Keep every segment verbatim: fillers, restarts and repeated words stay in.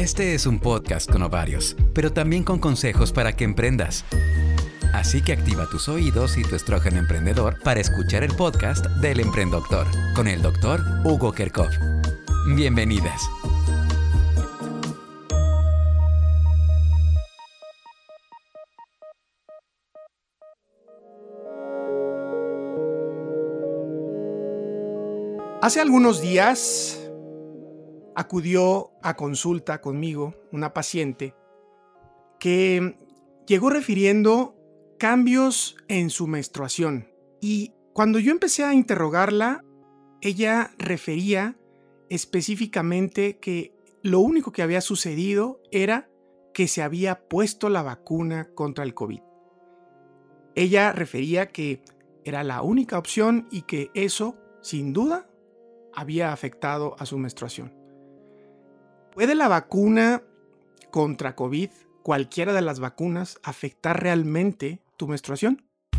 Este es un podcast con ovarios, pero también con consejos para que emprendas. Así que activa tus oídos y tu estrógeno emprendedor para escuchar el podcast del Emprendoctor con el doctor Hugo Kerkhoff. Bienvenidas. Hace algunos días acudió a consulta conmigo una paciente que llegó refiriendo cambios en su menstruación. Y cuando yo empecé a interrogarla, ella refería específicamente que lo único que había sucedido era que se había puesto la vacuna contra el COVID. Ella refería que era la única opción y que eso, sin duda, había afectado a su menstruación. ¿Puede la vacuna contra COVID, cualquiera de las vacunas, afectar realmente tu menstruación?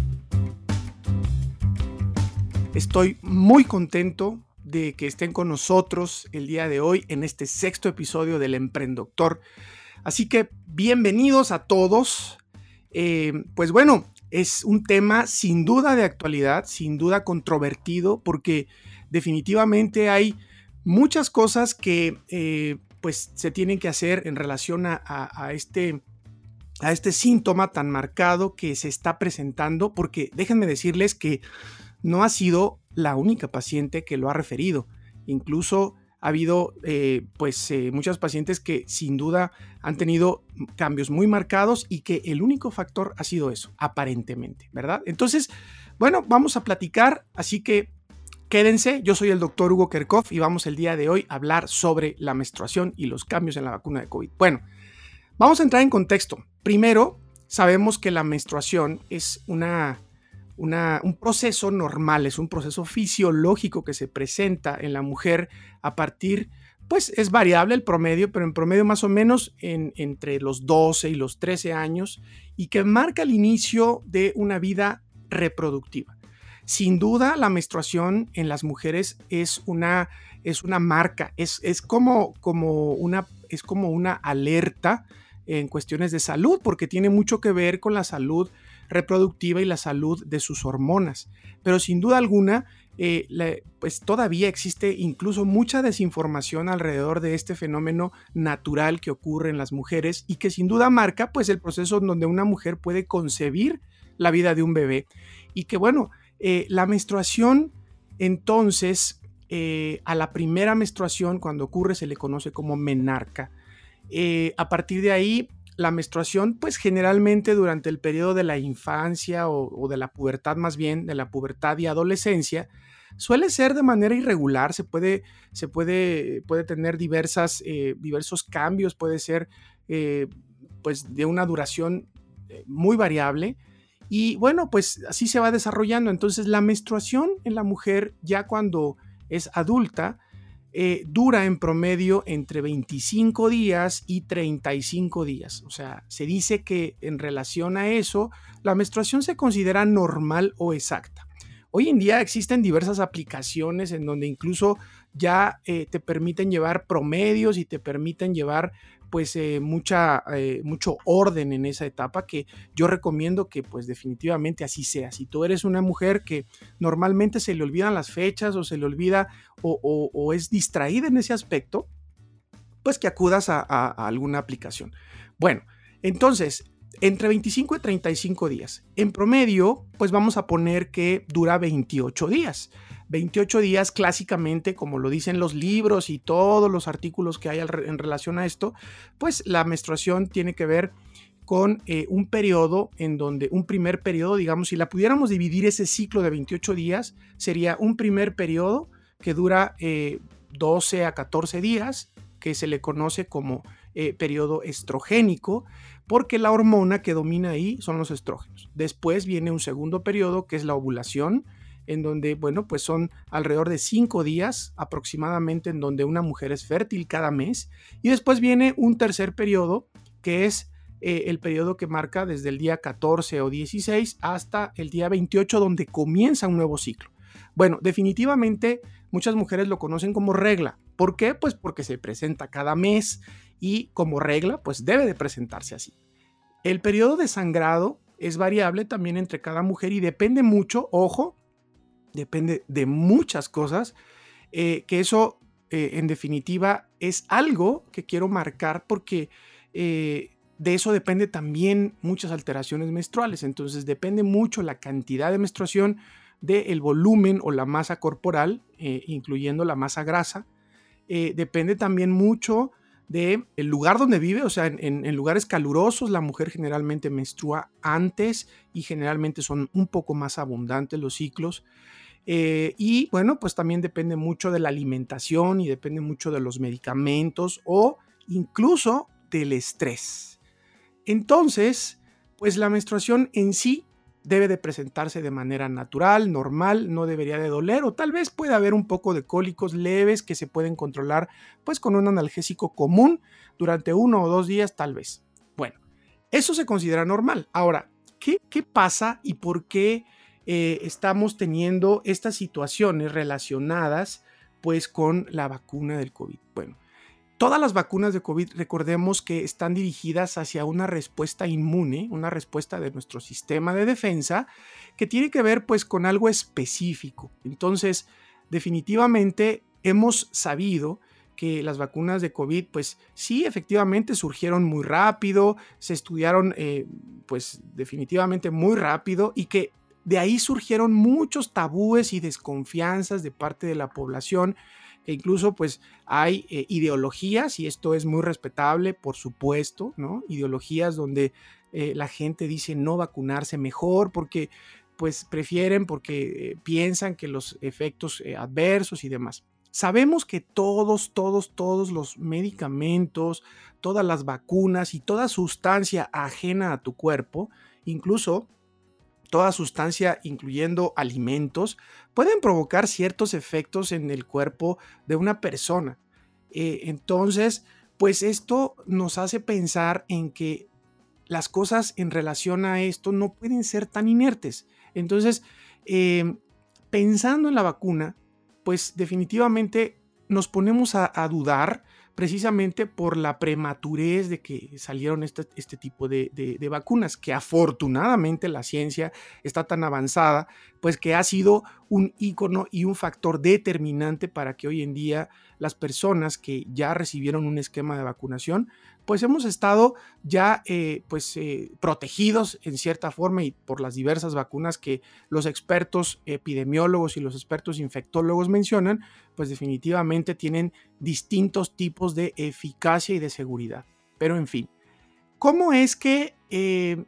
Estoy muy contento de que estén con nosotros el día de hoy en este sexto episodio del Emprendoctor. Así que bienvenidos a todos. Eh, pues bueno, es un tema sin duda de actualidad, sin duda controvertido, porque definitivamente hay muchas cosas que eh, pues se tienen que hacer en relación a, a, a, este, a este síntoma tan marcado que se está presentando, porque déjenme decirles que no ha sido la única paciente que lo ha referido. Incluso ha habido eh, pues eh, muchas pacientes que sin duda han tenido cambios muy marcados y que el único factor ha sido eso, aparentemente, ¿verdad? Entonces, bueno, vamos a platicar, así que quédense. Yo soy el doctor Hugo Kerkhoff y vamos el día de hoy a hablar sobre la menstruación y los cambios en la vacuna de COVID. Bueno, vamos a entrar en contexto. Primero, sabemos que la menstruación es una, una, un proceso normal, es un proceso fisiológico que se presenta en la mujer a partir, pues es variable el promedio, pero en promedio más o menos en, entre los doce y los trece años, y que marca el inicio de una vida reproductiva. Sin duda, la menstruación en las mujeres es una, es una marca, es, es, como, como una, es como una alerta en cuestiones de salud, porque tiene mucho que ver con la salud reproductiva y la salud de sus hormonas. Pero sin duda alguna, eh, la, pues todavía existe incluso mucha desinformación alrededor de este fenómeno natural que ocurre en las mujeres y que sin duda marca pues, el proceso donde una mujer puede concebir la vida de un bebé. Y que bueno, Eh, la menstruación, entonces, eh, a la primera menstruación, cuando ocurre, se le conoce como menarca. Eh, a partir de ahí, la menstruación, pues generalmente durante el periodo de la infancia o, o de la pubertad, más bien, de la pubertad y adolescencia, suele ser de manera irregular, se puede, se puede, puede tener diversas, eh, diversos cambios, puede ser eh, pues de una duración eh, muy variable. Y bueno, pues así se va desarrollando. Entonces la menstruación en la mujer ya cuando es adulta eh, dura en promedio entre veinticinco días y treinta y cinco días. O sea, se dice que en relación a eso, la menstruación se considera normal o exacta. Hoy en día existen diversas aplicaciones en donde incluso ya eh, te permiten llevar promedios y te permiten llevar pues eh, mucha, eh, mucho orden en esa etapa, que yo recomiendo que pues definitivamente así sea. Si tú eres una mujer que normalmente se le olvidan las fechas o se le olvida o, o, o es distraída en ese aspecto, pues que acudas a, a, a alguna aplicación. Bueno, entonces, entre veinticinco y treinta y cinco días. En promedio, pues vamos a poner que dura veintiocho días. veintiocho días clásicamente, como lo dicen los libros y todos los artículos que hay en relación a esto, pues la menstruación tiene que ver con eh, un periodo en donde, un primer periodo, digamos, si la pudiéramos dividir ese ciclo de veintiocho días, sería un primer periodo que dura eh, doce a catorce días, que se le conoce como eh, periodo estrogénico, porque la hormona que domina ahí son los estrógenos. Después viene un segundo periodo que es la ovulación, en donde, bueno, pues son alrededor de cinco días aproximadamente en donde una mujer es fértil cada mes. Y después viene un tercer periodo que es eh, el periodo que marca desde el día catorce o dieciséis hasta el día veintiocho, donde comienza un nuevo ciclo. Bueno, definitivamente muchas mujeres lo conocen como regla. ¿Por qué? Pues porque se presenta cada mes y como regla pues debe de presentarse así. El periodo de sangrado es variable también entre cada mujer y depende mucho, ojo, depende de muchas cosas, eh, que eso eh, en definitiva es algo que quiero marcar porque eh, de eso depende también muchas alteraciones menstruales. Entonces depende mucho la cantidad de menstruación del volumen o la masa corporal, eh, incluyendo la masa grasa. Eh, depende también mucho del lugar donde vive, o sea, en, en, en lugares calurosos la mujer generalmente menstrua antes y generalmente son un poco más abundantes los ciclos. Eh, y bueno, pues también depende mucho de la alimentación y depende mucho de los medicamentos o incluso del estrés. Entonces, pues la menstruación en sí debe de presentarse de manera natural, normal, no debería de doler o tal vez puede haber un poco de cólicos leves que se pueden controlar pues con un analgésico común durante uno o dos días tal vez. Bueno, eso se considera normal. Ahora, ¿qué, qué pasa y por qué eh, estamos teniendo estas situaciones relacionadas pues con la vacuna del COVID? Bueno, todas las vacunas de COVID, recordemos que están dirigidas hacia una respuesta inmune, una respuesta de nuestro sistema de defensa que tiene que ver pues con algo específico. Entonces, definitivamente hemos sabido que las vacunas de COVID pues sí, efectivamente surgieron muy rápido, se estudiaron eh, pues definitivamente muy rápido y que de ahí surgieron muchos tabúes y desconfianzas de parte de la población, que incluso pues hay eh, ideologías, y esto es muy respetable, por supuesto, ¿no? Ideologías donde eh, la gente dice no vacunarse mejor porque pues prefieren, porque eh, piensan que los efectos eh, adversos y demás. Sabemos que todos, todos, todos los medicamentos, todas las vacunas y toda sustancia ajena a tu cuerpo, incluso toda sustancia, incluyendo alimentos, pueden provocar ciertos efectos en el cuerpo de una persona. Eh, entonces, pues esto nos hace pensar en que las cosas en relación a esto no pueden ser tan inertes. Entonces, eh, pensando en la vacuna, pues definitivamente nos ponemos a, a dudar precisamente por la prematurez de que salieron este, este tipo de, de, de vacunas, que afortunadamente la ciencia está tan avanzada, pues que ha sido un ícono y un factor determinante para que hoy en día las personas que ya recibieron un esquema de vacunación, pues hemos estado ya eh, pues, eh, protegidos en cierta forma y por las diversas vacunas que los expertos epidemiólogos y los expertos infectólogos mencionan, pues definitivamente tienen distintos tipos de eficacia y de seguridad. Pero en fin, ¿cómo es que eh,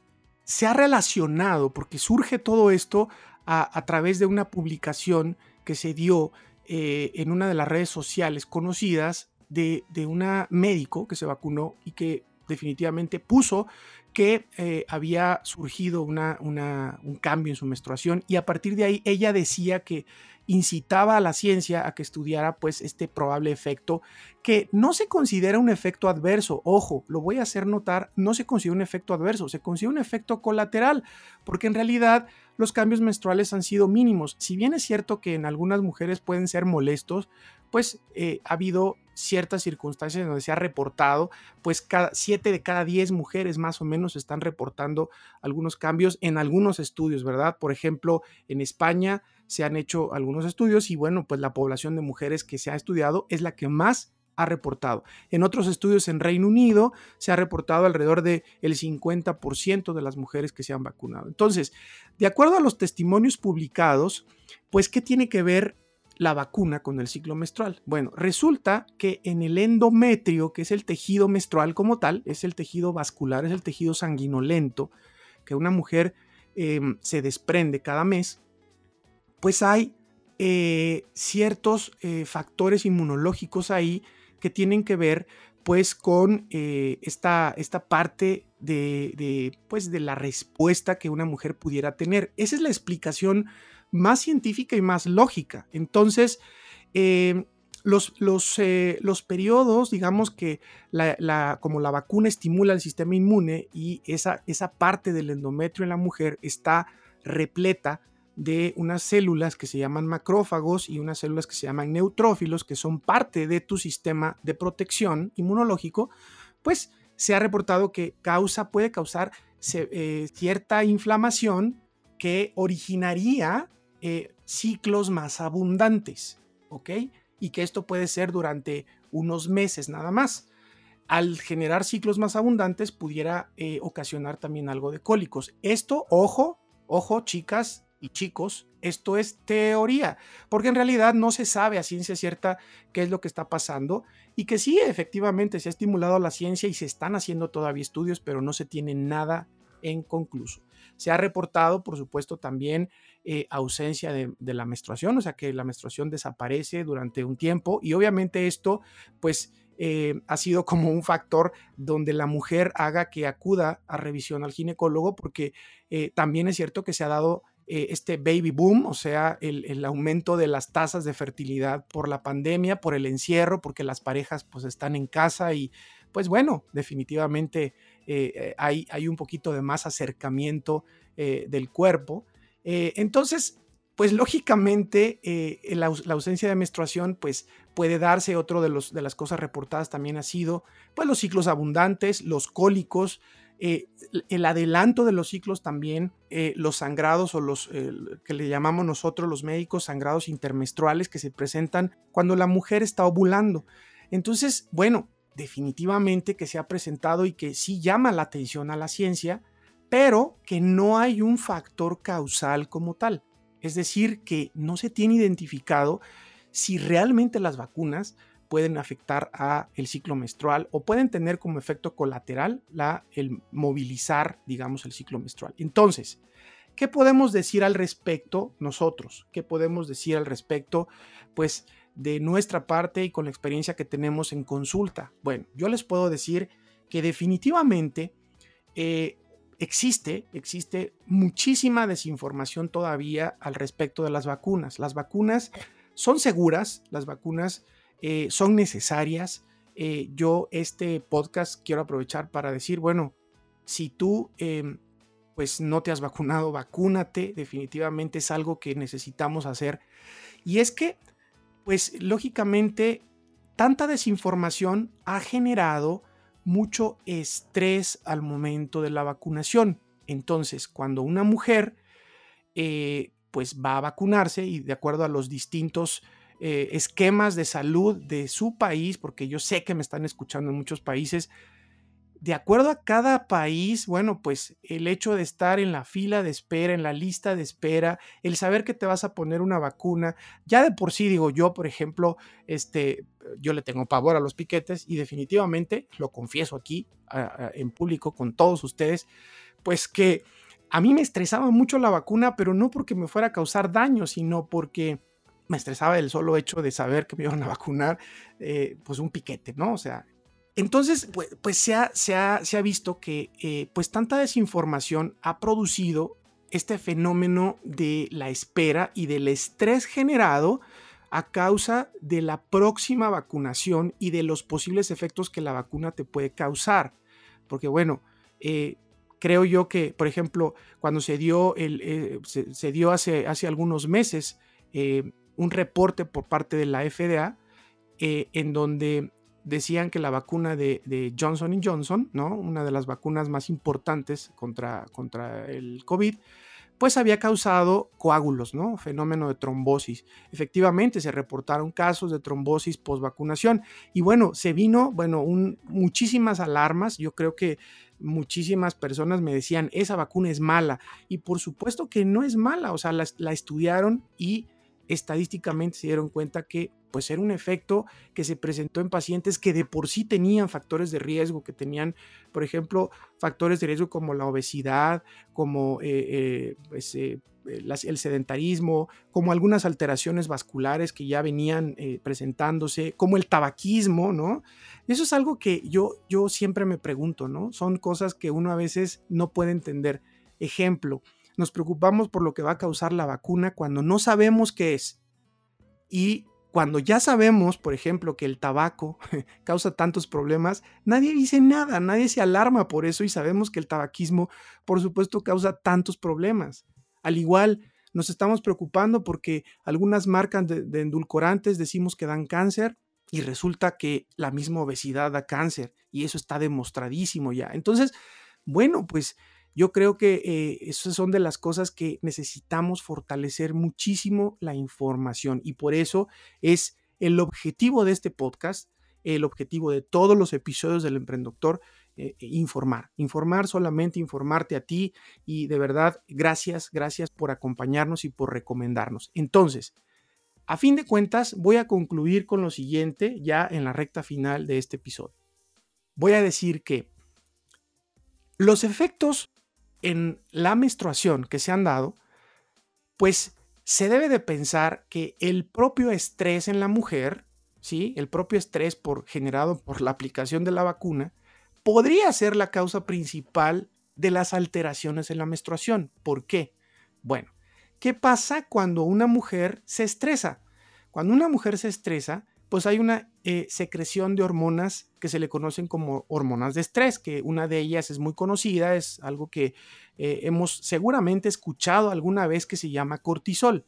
se ha relacionado? Porque surge todo esto a, a través de una publicación que se dio eh, en una de las redes sociales conocidas de, de una médico que se vacunó y que definitivamente puso que eh, había surgido una, una, un cambio en su menstruación, y a partir de ahí ella decía que incitaba a la ciencia a que estudiara pues este probable efecto que no se considera un efecto adverso. Ojo, lo voy a hacer notar, no se considera un efecto adverso, se considera un efecto colateral, porque en realidad los cambios menstruales han sido mínimos. Si bien es cierto que en algunas mujeres pueden ser molestos, pues eh, ha habido ciertas circunstancias donde se ha reportado, pues cada siete de cada diez mujeres más o menos están reportando algunos cambios en algunos estudios, ¿verdad? Por ejemplo, en España se han hecho algunos estudios y bueno, pues la población de mujeres que se ha estudiado es la que más ha reportado. En otros estudios en Reino Unido se ha reportado alrededor del cincuenta por ciento de las mujeres que se han vacunado. Entonces, de acuerdo a los testimonios publicados, pues ¿qué tiene que ver la vacuna con el ciclo menstrual? Bueno, resulta que en el endometrio, que es el tejido menstrual como tal, es el tejido vascular, es el tejido sanguinolento que una mujer eh, se desprende cada mes, pues hay eh, ciertos eh, factores inmunológicos ahí que tienen que ver pues con eh, esta, esta parte de, de, pues, de la respuesta que una mujer pudiera tener. Esa es la explicación más científica y más lógica. Entonces, eh, los, los, eh, los periodos, digamos que la, la, como la vacuna estimula el sistema inmune y esa, esa parte del endometrio en la mujer está repleta de unas células que se llaman macrófagos y unas células que se llaman neutrófilos, que son parte de tu sistema de protección inmunológico, pues se ha reportado que causa, puede causar se, eh, cierta inflamación que originaría eh, ciclos más abundantes, ¿ok? Y que esto puede ser durante unos meses nada más. Al generar ciclos más abundantes pudiera eh, ocasionar también algo de cólicos. Esto, ojo, ojo, chicas y chicos, esto es teoría, porque en realidad no se sabe a ciencia cierta qué es lo que está pasando y que sí, efectivamente se ha estimulado la ciencia y se están haciendo todavía estudios, pero no se tiene nada en concluso. Se ha reportado, por supuesto, también eh, ausencia de, de la menstruación, o sea que la menstruación desaparece durante un tiempo y obviamente esto, pues, Eh, ha sido como un factor donde la mujer haga que acuda a revisión al ginecólogo, porque eh, también es cierto que se ha dado eh, este baby boom, o sea, el, el aumento de las tasas de fertilidad por la pandemia, por el encierro, porque las parejas pues están en casa y pues bueno, definitivamente eh, hay, hay un poquito de más acercamiento eh, del cuerpo. Eh, entonces, pues lógicamente eh, la, la ausencia de menstruación pues puede darse. Otro de, los, de las cosas reportadas también ha sido pues los ciclos abundantes, los cólicos, eh, el adelanto de los ciclos también, eh, los sangrados o los eh, que le llamamos nosotros los médicos sangrados intermenstruales que se presentan cuando la mujer está ovulando. Entonces, bueno, definitivamente que se ha presentado y que sí llama la atención a la ciencia, pero que no hay un factor causal como tal. Es decir, que no se tiene identificado si realmente las vacunas pueden afectar a el ciclo menstrual o pueden tener como efecto colateral la, el movilizar, digamos, el ciclo menstrual. Entonces, ¿qué podemos decir al respecto nosotros? ¿Qué podemos decir al respecto, pues, de nuestra parte y con la experiencia que tenemos en consulta? Bueno, yo les puedo decir que definitivamente eh, Existe, existe muchísima desinformación todavía al respecto de las vacunas. Las vacunas son seguras, las vacunas eh, son necesarias. Eh, yo este podcast quiero aprovechar para decir, bueno, si tú eh, pues no te has vacunado, vacúnate, definitivamente es algo que necesitamos hacer. Y es que, pues lógicamente, tanta desinformación ha generado mucho estrés al momento de la vacunación. Entonces, cuando una mujer eh, pues va a vacunarse y de acuerdo a los distintos eh, esquemas de salud de su país, porque yo sé que me están escuchando en muchos países, de acuerdo a cada país, bueno, pues el hecho de estar en la fila de espera, en la lista de espera, el saber que te vas a poner una vacuna, ya de por sí digo yo, por ejemplo, este, yo le tengo pavor a los piquetes y definitivamente, lo confieso aquí a, a, en público con todos ustedes, pues que a mí me estresaba mucho la vacuna, pero no porque me fuera a causar daño, sino porque me estresaba el solo hecho de saber que me iban a vacunar, eh, pues un piquete, ¿no? O sea, entonces, pues, pues se, ha, se, ha, se ha visto que eh, pues tanta desinformación ha producido este fenómeno de la espera y del estrés generado a causa de la próxima vacunación y de los posibles efectos que la vacuna te puede causar. Porque bueno, eh, creo yo que, por ejemplo, cuando se dio, el, eh, se, se dio hace, hace algunos meses eh, un reporte por parte de la F D A eh, en donde decían que la vacuna de, de Johnson y Johnson, ¿no? Una de las vacunas más importantes contra, contra el COVID, pues había causado coágulos, ¿no? Fenómeno de trombosis. Efectivamente, se reportaron casos de trombosis post-vacunación. Y bueno, se vino, bueno, un, muchísimas alarmas. Yo creo que muchísimas personas me decían, esa vacuna es mala. Y por supuesto que no es mala. O sea, la, la estudiaron y estadísticamente se dieron cuenta que pues era un efecto que se presentó en pacientes que de por sí tenían factores de riesgo, que tenían, por ejemplo, factores de riesgo como la obesidad, como eh, eh, pues, eh, el sedentarismo, como algunas alteraciones vasculares que ya venían eh, presentándose, como el tabaquismo, ¿no? Eso es algo que yo, yo siempre me pregunto, ¿no? Son cosas que uno a veces no puede entender. Ejemplo, nos preocupamos por lo que va a causar la vacuna cuando no sabemos qué es. Y cuando ya sabemos, por ejemplo, que el tabaco causa tantos problemas, nadie dice nada, nadie se alarma por eso y sabemos que el tabaquismo, por supuesto, causa tantos problemas. Al igual, nos estamos preocupando porque algunas marcas de, de endulcorantes decimos que dan cáncer y resulta que la misma obesidad da cáncer y eso está demostradísimo ya. Entonces, bueno, pues yo creo que eh, esas son de las cosas que necesitamos fortalecer muchísimo la información y por eso es el objetivo de este podcast, el objetivo de todos los episodios del Emprendedor, eh, informar, informar, solamente informarte a ti y de verdad, gracias, gracias por acompañarnos y por recomendarnos. Entonces, a fin de cuentas, voy a concluir con lo siguiente ya en la recta final de este episodio. Voy a decir que los efectos en la menstruación que se han dado, pues se debe de pensar que el propio estrés en la mujer, ¿sí? El propio estrés por, generado por la aplicación de la vacuna, podría ser la causa principal de las alteraciones en la menstruación. ¿Por qué? Bueno, ¿qué pasa cuando una mujer se estresa? Cuando una mujer se estresa, pues hay una eh, secreción de hormonas que se le conocen como hormonas de estrés, que una de ellas es muy conocida, es algo que eh, hemos seguramente escuchado alguna vez que se llama cortisol.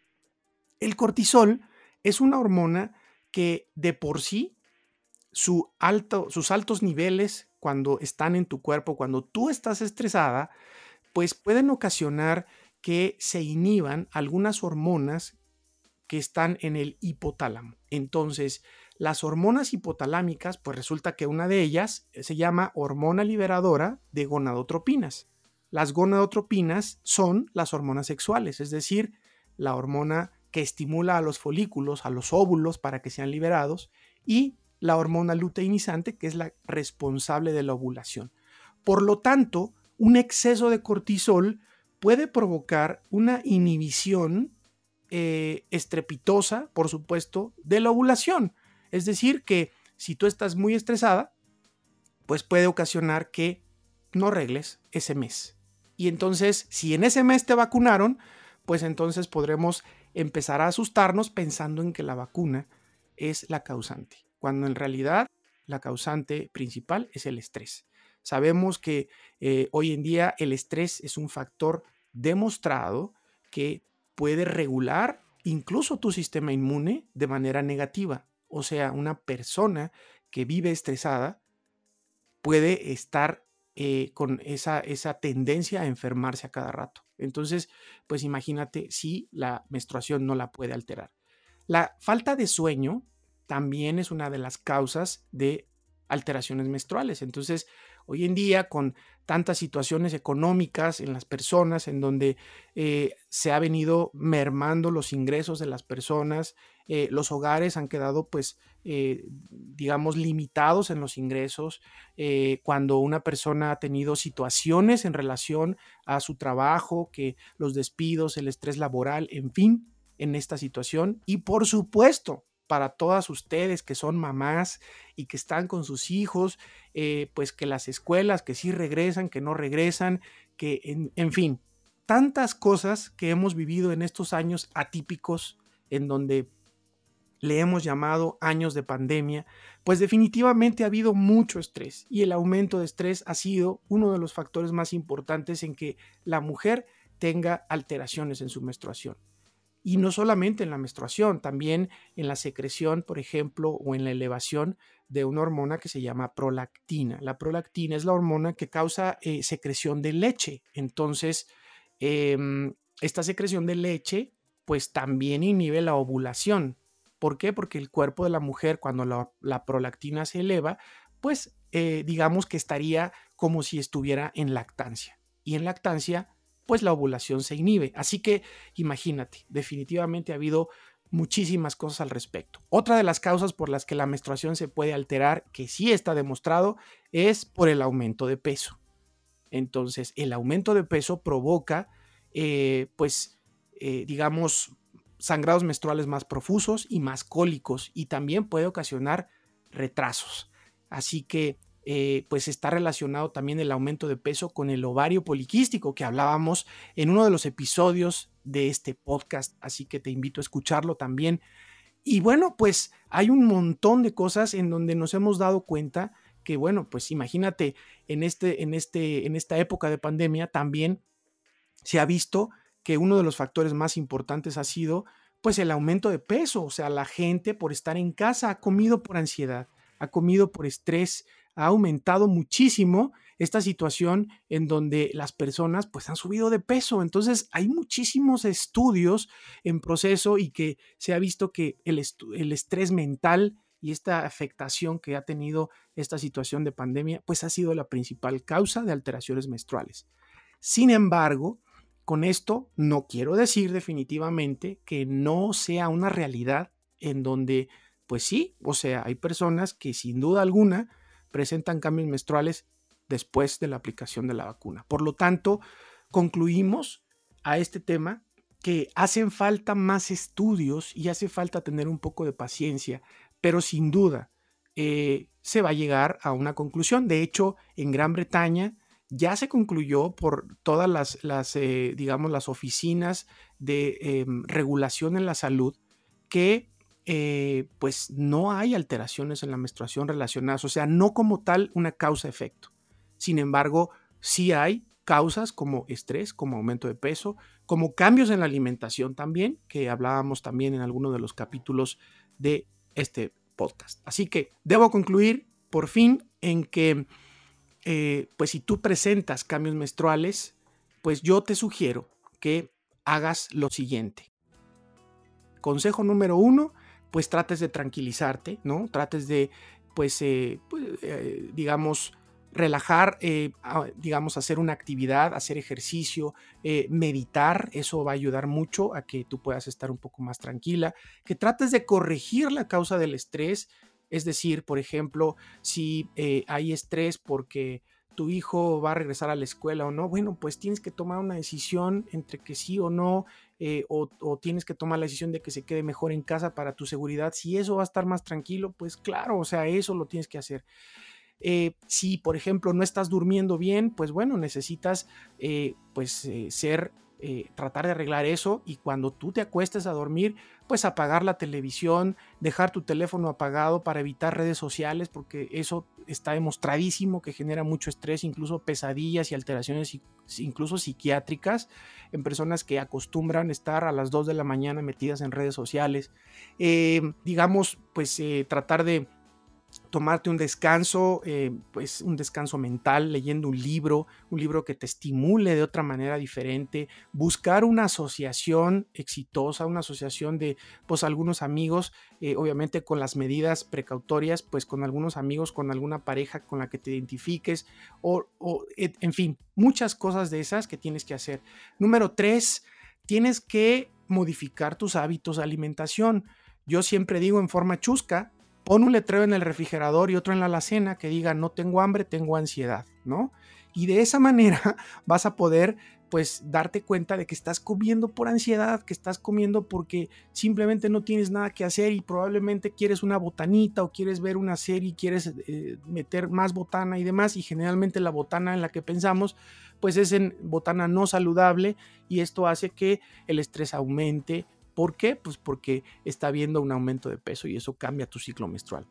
El cortisol es una hormona que de por sí, su alto, sus altos niveles cuando están en tu cuerpo, cuando tú estás estresada, pues pueden ocasionar que se inhiban algunas hormonas que están en el hipotálamo. Entonces, las hormonas hipotalámicas, pues resulta que una de ellas se llama hormona liberadora de gonadotropinas. Las gonadotropinas son las hormonas sexuales, es decir, la hormona que estimula a los folículos, a los óvulos para que sean liberados, y la hormona luteinizante, que es la responsable de la ovulación. Por lo tanto, un exceso de cortisol puede provocar una inhibición Eh, estrepitosa, por supuesto, de la ovulación. Es decir, que si tú estás muy estresada, pues puede ocasionar que no arregles ese mes. Y entonces, si en ese mes te vacunaron, pues entonces podremos empezar a asustarnos pensando en que la vacuna es la causante, cuando en realidad la causante principal es el estrés. Sabemos que eh, hoy en día el estrés es un factor demostrado que puede regular incluso tu sistema inmune de manera negativa. O sea, una persona que vive estresada puede estar eh, con esa, esa tendencia a enfermarse a cada rato. Entonces, pues imagínate si la menstruación no la puede alterar. La falta de sueño también es una de las causas de alteraciones menstruales. Entonces, hoy en día, con tantas situaciones económicas en las personas, en donde eh, se ha venido mermando los ingresos de las personas, eh, los hogares han quedado, pues, eh, digamos, limitados en los ingresos. Eh, cuando una persona ha tenido situaciones en relación a su trabajo, que los despidos, el estrés laboral, en fin, en esta situación. Y por supuesto, para todas ustedes que son mamás y que están con sus hijos, eh, pues que las escuelas, que sí regresan, que no regresan, que en, en fin, tantas cosas que hemos vivido en estos años atípicos en donde le hemos llamado años de pandemia, pues definitivamente ha habido mucho estrés y el aumento de estrés ha sido uno de los factores más importantes en que la mujer tenga alteraciones en su menstruación. Y no solamente en la menstruación, también en la secreción, por ejemplo, o en la elevación de una hormona que se llama prolactina. La prolactina es la hormona que causa eh, secreción de leche. Entonces, eh, esta secreción de leche, pues también inhibe la ovulación. ¿Por qué? Porque el cuerpo de la mujer, cuando la, la prolactina se eleva, pues eh, digamos que estaría como si estuviera en lactancia. Y en lactancia, pues la ovulación se inhibe. Así que imagínate, definitivamente ha habido muchísimas cosas al respecto. Otra de las causas por las que la menstruación se puede alterar, que sí está demostrado, es por el aumento de peso. Entonces, el aumento de peso provoca, eh, pues, eh, digamos, sangrados menstruales más profusos y más cólicos, y también puede ocasionar retrasos. Así que Eh, pues está relacionado también el aumento de peso con el ovario poliquístico que hablábamos en uno de los episodios de este podcast, así que te invito a escucharlo también. Y bueno, pues hay un montón de cosas en donde nos hemos dado cuenta que, bueno, pues imagínate, en, este, en, este, en esta época de pandemia también se ha visto que uno de los factores más importantes ha sido pues el aumento de peso. O sea, la gente por estar en casa ha comido por ansiedad, ha comido por estrés, ha aumentado muchísimo esta situación en donde las personas pues han subido de peso. Entonces hay muchísimos estudios en proceso y que se ha visto que el, estu- el estrés mental y esta afectación que ha tenido esta situación de pandemia pues ha sido la principal causa de alteraciones menstruales. Sin embargo, con esto no quiero decir definitivamente que no sea una realidad en donde, pues sí, o sea, hay personas que sin duda alguna presentan cambios menstruales después de la aplicación de la vacuna. Por lo tanto, concluimos a este tema que hacen falta más estudios y hace falta tener un poco de paciencia, pero sin duda eh, se va a llegar a una conclusión. De hecho, en Gran Bretaña ya se concluyó por todas las, las eh, digamos, las oficinas de eh, regulación en la salud que eh, pues no hay alteraciones en la menstruación relacionadas, o sea, no como tal una causa-efecto. Sin embargo, sí hay causas como estrés, como aumento de peso, como cambios en la alimentación también, que hablábamos también en alguno de los capítulos de este podcast. Así que debo concluir por fin en que Eh, pues si tú presentas cambios menstruales, pues yo te sugiero que hagas lo siguiente. Consejo número uno, pues trates de tranquilizarte, ¿no? Trates de, pues, eh, pues eh, digamos, relajar, eh, a, digamos, hacer una actividad, hacer ejercicio, eh, meditar, eso va a ayudar mucho a que tú puedas estar un poco más tranquila, que trates de corregir la causa del estrés, es decir, por ejemplo, si eh, hay estrés porque tu hijo va a regresar a la escuela o no, bueno, pues tienes que tomar una decisión entre que sí o no, eh, o, o tienes que tomar la decisión de que se quede mejor en casa para tu seguridad. Si eso va a estar más tranquilo, pues claro, o sea, eso lo tienes que hacer. Eh, si, por ejemplo, no estás durmiendo bien, pues bueno, necesitas eh, pues eh, ser, eh, tratar de arreglar eso, y cuando tú te acuestes a dormir, pues apagar la televisión, dejar tu teléfono apagado para evitar redes sociales, porque eso está demostradísimo que genera mucho estrés, incluso pesadillas y alteraciones incluso psiquiátricas en personas que acostumbran estar a las dos de la mañana metidas en redes sociales. Eh, digamos, pues eh, tratar de tomarte un descanso, eh, pues un descanso mental, leyendo un libro, un libro que te estimule de otra manera diferente, buscar una asociación exitosa, una asociación de pues algunos amigos, eh, obviamente con las medidas precautorias, pues con algunos amigos, con alguna pareja con la que te identifiques, o, o en fin, muchas cosas de esas que tienes que hacer. Número tres, tienes que modificar tus hábitos de alimentación. Yo siempre digo en forma chusca, pon un letrero en el refrigerador y otro en la alacena que diga no tengo hambre, tengo ansiedad, ¿no? Y de esa manera vas a poder pues darte cuenta de que estás comiendo por ansiedad, que estás comiendo porque simplemente no tienes nada que hacer y probablemente quieres una botanita o quieres ver una serie, quieres eh, meter más botana y demás, y generalmente la botana en la que pensamos pues es en botana no saludable, y esto hace que el estrés aumente. ¿Por qué? Pues porque está habiendo un aumento de peso y eso cambia tu ciclo menstrual.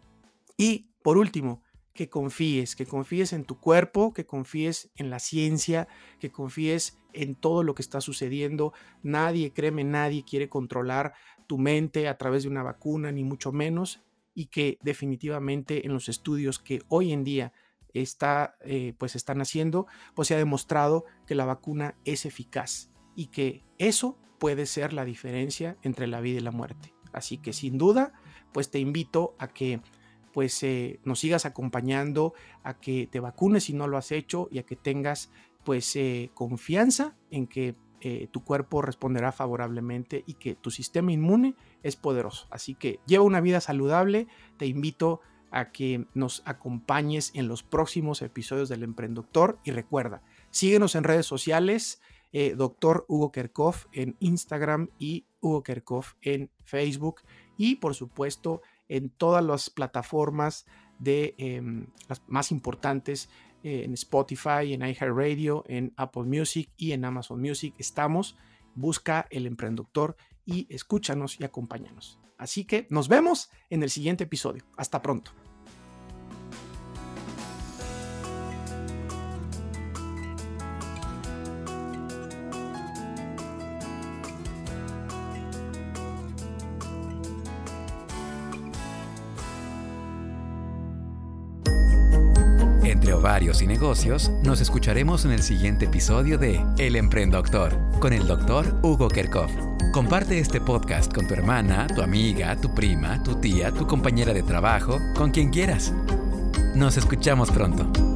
Y por último, que confíes, que confíes en tu cuerpo, que confíes en la ciencia, que confíes en todo lo que está sucediendo. Nadie, créeme, nadie quiere controlar tu mente a través de una vacuna, ni mucho menos, y que definitivamente en los estudios que hoy en día está, eh, pues están haciendo, pues se ha demostrado que la vacuna es eficaz y que eso puede ser la diferencia entre la vida y la muerte. Así que sin duda, pues te invito a que pues eh, nos sigas acompañando, a que te vacunes si no lo has hecho, y a que tengas pues eh, confianza en que eh, tu cuerpo responderá favorablemente y que tu sistema inmune es poderoso. Así que lleva una vida saludable. Te invito a que nos acompañes en los próximos episodios del Emprendoctor, y recuerda, síguenos en redes sociales, Eh, doctor Hugo Kerkhoff en Instagram y Hugo Kerkhoff en Facebook, y por supuesto en todas las plataformas de eh, las más importantes, eh, en Spotify, en iHeartRadio, en Apple Music y en Amazon Music estamos. Busca El Emprendoctor y escúchanos y acompáñanos. Así que nos vemos en el siguiente episodio. Hasta pronto. Entre ovarios y negocios, nos escucharemos en el siguiente episodio de El Emprendoctor, con el doctor Hugo Kerkhoff. Comparte este podcast con tu hermana, tu amiga, tu prima, tu tía, tu compañera de trabajo, con quien quieras. Nos escuchamos pronto.